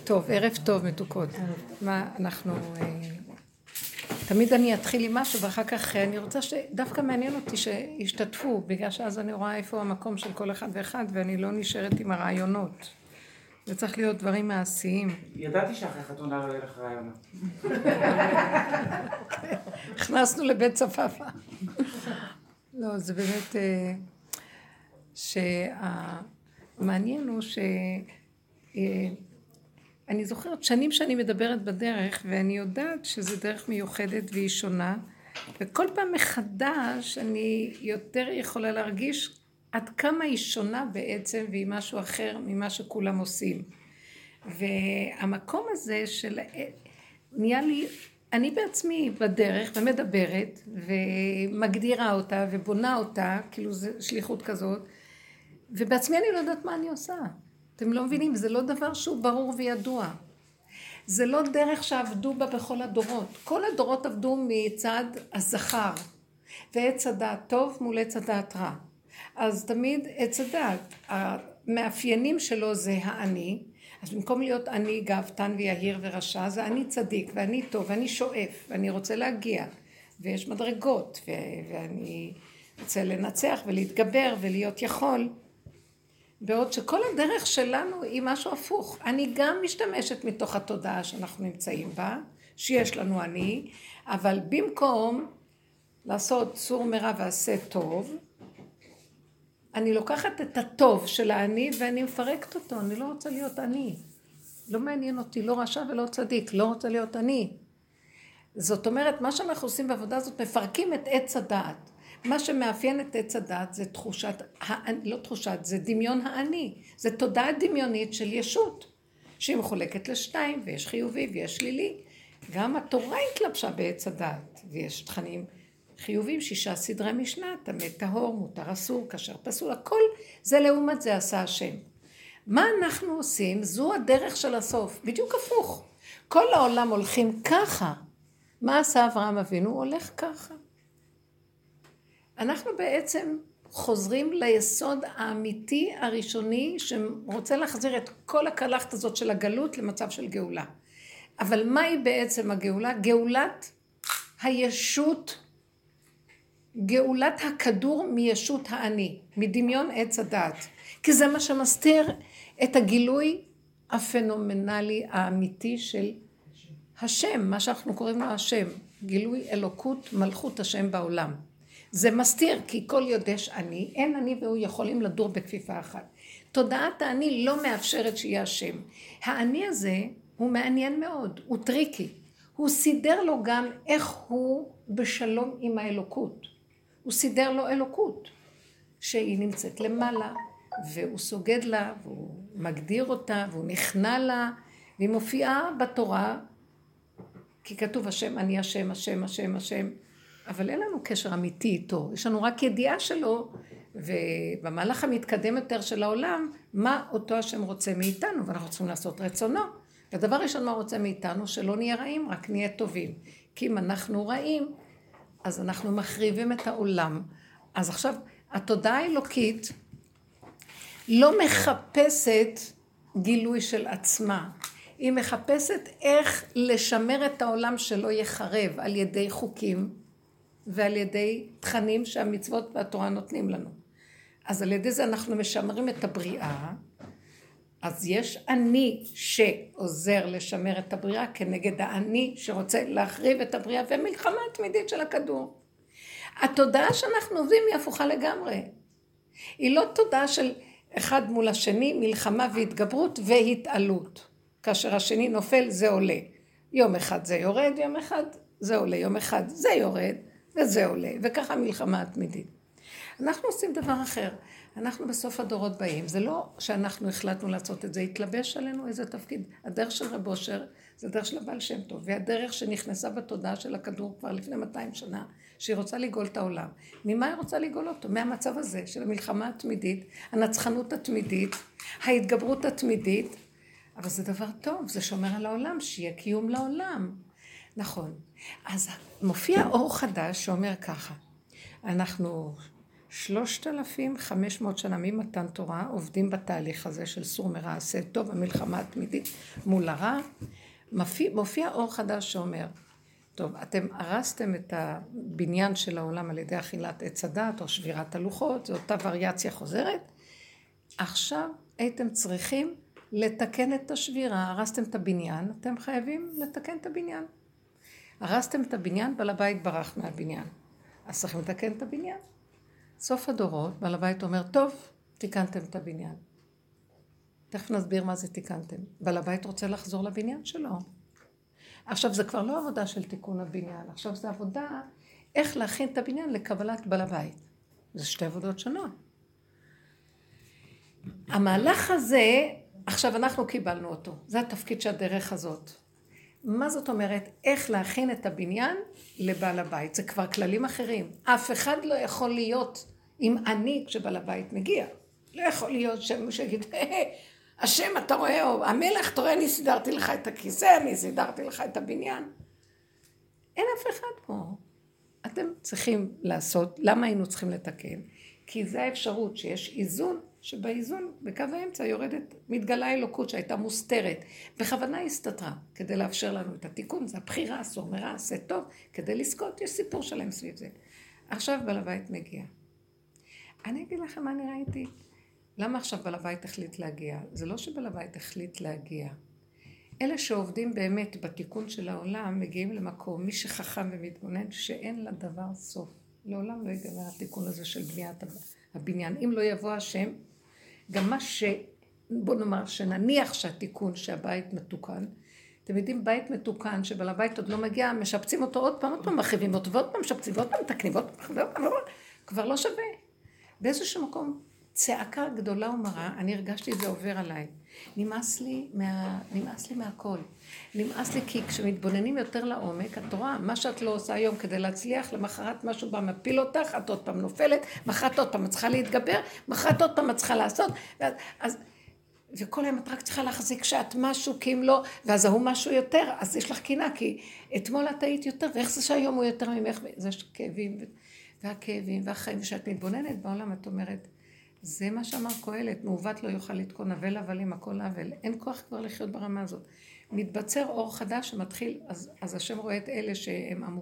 טוב, ערב טוב מתוקות. מה אנחנו... תמיד אני אתחיל עם משהו ואחר כך אני רוצה שדווקא מעניין אותי שישתתפו, בגלל שאז אני רואה איפה המקום של כל אחד ואחד ואני לא נשארת עם הרעיונות. זה צריך להיות דברים מעשיים. ידעתי שאחרי חתונה לא יהיה לך רעיונות. הכנסנו לבית צפפה. לא, זה באמת... שהמעניין הוא אני זוכרת שנים שאני מדברת בדרך, ואני יודעת שזו דרך מיוחדת והיא שונה, וכל פעם מחדש אני יותר יכולה להרגיש עד כמה היא שונה בעצם, והיא משהו אחר ממה שכולם עושים. והמקום הזה של... נהיה לי... אני בעצמי בדרך ומדברת, ומגדירה אותה ובונה אותה, כאילו זו שליחות כזאת, ובעצמי אני לא יודעת מה אני עושה. אתם לא מבינים, זה לא דבר שהוא ברור וידוע. זה לא דרך שעבדו בה בכל הדורות. כל הדורות עבדו מצד הזכר, ועץ הדעת טוב מול עץ הדעת רע. אז תמיד עץ הדעת, המאפיינים שלו זה האני, אז במקום להיות אני גאוותן ויהיר ורשע, זה אני צדיק ואני טוב ואני שואף ואני רוצה להגיע. ויש מדרגות ואני רוצה לנצח ולהתגבר ולהיות יכול. בעוד שכל הדרך שלנו היא משהו הפוך. אני גם משתמשת מתוך התודעה שאנחנו נמצאים בה, שיש לנו אני, אבל במקום לעשות סור מרע ועשה טוב, אני לוקחת את הטוב של האני ואני מפרקת אותו, אני לא רוצה להיות אני. לא מעניין אותי, לא רשע ולא צדיק, לא רוצה להיות אני. זאת אומרת, מה שאנחנו עושים בעבודה הזאת, מפרקים את עץ הדעת. מה שמאפיין את עץ הדעת זה תחושת, לא תחושת, זה דמיון האני. זה תודעה דמיונית של ישות, שהיא מחולקת לשתיים, ויש חיובי ויש שלילי. גם התורה התלבשה בעץ הדעת, ויש תכנים חיובים, 6 סדרי משנה, טמא טהור, מותר אסור, כשר פסול, הכל זה לעומת זה עשה השם. מה אנחנו עושים? זו הדרך של הסוף, בדיוק הפוך. כל העולם הולכים ככה. מה עשה אברהם אבינו? הוא הולך ככה. אנחנו בעצם חוזרים ליסוד האמיתי הראשוני שרוצה להחזיר את כל הקלחת הזאת של הגלות למצב של גאולה. אבל מהי בעצם הגאולה? גאולת הישות, גאולת הכדור מישות האני, מדמיון עץ הדעת. כי זה מה שמסתיר את הגילוי הפנומנלי האמיתי של השם, מה שאנחנו קוראים לו השם, גילוי אלוקות מלכות השם בעולם. זה מסתיר, כי כל יודש אני, אין אני והוא יכולים לדור בכפיפה אחת. תודעת האני לא מאפשרת שיהיה השם. האני הזה הוא מעניין מאוד, הוא טריקי. הוא סידר לו גם איך הוא בשלום עם האלוקות. הוא סידר לו אלוקות, שהיא נמצאת למעלה, והוא סוגד לה, והוא מגדיר אותה, והוא נכנע לה, והיא מופיעה בתורה, כי כתוב השם, אני השם, השם, השם, השם. אבל אין לנו קשר אמיתי איתו, יש לנו רק ידיעה שלו, ובמהלך המתקדם יותר של העולם, מה אותו השם רוצה מאיתנו, ואנחנו צריכים לעשות רצונו. והדבר ראשון מה הוא רוצה מאיתנו, שלא נהיה רעים, רק נהיה טובים. כי אם אנחנו רעים, אז אנחנו מחריבים את העולם. אז עכשיו, התודעה האלוקית לא מחפשת גילוי של עצמה, היא מחפשת איך לשמר את העולם שלא יחרב על ידי חוקים, ועל ידי תכנים שהמצוות והתורה נותנים לנו. אז על ידי זה אנחנו משמרים את הבריאה, אז יש אני שעוזר לשמר את הבריאה כנגד האני שרוצה להחריב את הבריאה ומלחמה תמידית של הכדור. התודעה שאנחנו עובדים היא הפוכה לגמרי. היא לא תודעה של אחד מול השני, מלחמה והתגברות והתעלות. כאשר השני נופל זה עולה. יום אחד זה יורד, יום אחד זה עולה, יום אחד זה יורד. וזה עולה, וככה מלחמה התמידית. אנחנו עושים דבר אחר. אנחנו בסוף הדורות באים. זה לא שאנחנו החלטנו לעשות את זה, התלבש עלינו איזה תפקיד. הדרך של רב אושר זה הדרך של הבעל שם טוב, והדרך שנכנסה בתודעה של הכדור כבר לפני 200 שנה, שהיא רוצה לגאול את העולם. ממה היא רוצה לגאול אותו? מהמצב הזה של המלחמה התמידית, הנצחנות התמידית, ההתגברות התמידית, אבל זה דבר טוב, זה שומר על העולם, שיהיה קיום לעולם. נכון. אז מופיע אור חדש שאומר ככה, אנחנו 3,500 שנה ממתן תורה עובדים בתהליך הזה של סור מרע עשה טוב, המלחמה התמידית מול הרע. מופיע אור חדש שאומר, טוב, אתם הרסתם את הבניין של העולם על ידי אכילת עץ הדת או שבירת הלוחות, זו אותה וריאציה חוזרת. עכשיו הייתם צריכים לתקן את השבירה, הרסתם את הבניין, אתם חייבים לתקן את הבניין. הרסתם את הבניין, בעל הבית ברח מהבניין. אז צריכים לתקן את הבניין. סוף הדורות, בעל הבית אומר, טוב, תיקנתם את הבניין. תכף נסביר מה זה תיקנתם. בעל הבית רוצה לחזור לבניין שלו. עכשיו זה כבר לא עבודה של תיקון הבניין, עכשיו זה עבודה איך להכין את הבניין לקבלת בעל הבית. זה שתי עבודות שונות. המהלך הזה, עכשיו אנחנו קיבלנו אותו. זה התפקיד של הדרך הזאת. מה זאת אומרת? איך להכין את הבניין לבעל הבית. זה כבר כללים אחרים. אף אחד לא יכול להיות עם אני כשבעל הבית מגיע. לא יכול להיות שמישהו יגיד, השם אתה רואה, או המלך, אתה רואה, אני סידרתי לך את הכיסא, אני סידרתי לך את הבניין. אין אף אחד פה. אתם צריכים לעשות, למה היינו צריכים לתקן? כי זה האפשרות שיש איזון, שבאיזון, בקו האמצע יורדת, מתגלה אלוקות שהייתה מוסתרת. בכוונה הסתתרה, כדי לאפשר לנו את התיקון, זה הבחירה, אסור מרע, עשה טוב, כדי לזכות, יש סיפור שלהם סביב זה. עכשיו בעל הבית מגיע. אני אגיד לכם מה אני ראיתי. למה עכשיו בעל הבית החליט להגיע? זה לא שבעל הבית החליט להגיע. אלה שעובדים באמת בתיקון של העולם, מגיעים למקום, מי שחכם ומתבונן, שאין לדבר סוף. לעולם לא יגמר התיקון הזה של בניית הבניין. אם לא יבוא השם, גם מה בוא נאמר, שנניח שהתיקון שהבית מתוקן, אתם יודעים, בית מתוקן, שבעל הבית עוד לא מגיע, משפצים אותו עוד פעם, מרחיבים אותו, ועוד פעם משפצים, ועוד פעם מתקנים, ועוד פעם, כבר לא שווה. באיזשהו מקום, צעקה גדולה ומרה, אני הרגשתי את זה עובר עליי. נמאס לי מהכל. נמאס לי כי כשמתבוננים יותר לעומק, את רואה, מה שאת לא עושה היום כדי להצליח, למחרת משהו בא מפיל אותך, את עוד פעם נופלת, מחרת עוד פעם את צריכה להתגבר, מחרת עוד פעם את צריכה לעשות, וכל היום את רק צריכה להחזיק שאת משהו, כי אם לא, ואז הוא משהו יותר, אז יש לך קינה, כי אתמול את היית יותר, ואיך זה שהיום הוא יותר ממך, זה כאבים, והכאבים, והחיים, ושאת מתבוננת בעולם, את אומרת, זה מה שאמר קהלת, מעוות לא יוכל לתקון אבל עם הכל אבל, אין כוח כבר לחיות ברמה הזאת. מתבצר אור חדש שמתחיל, אז השם רואה את אלה שהם עמוקים.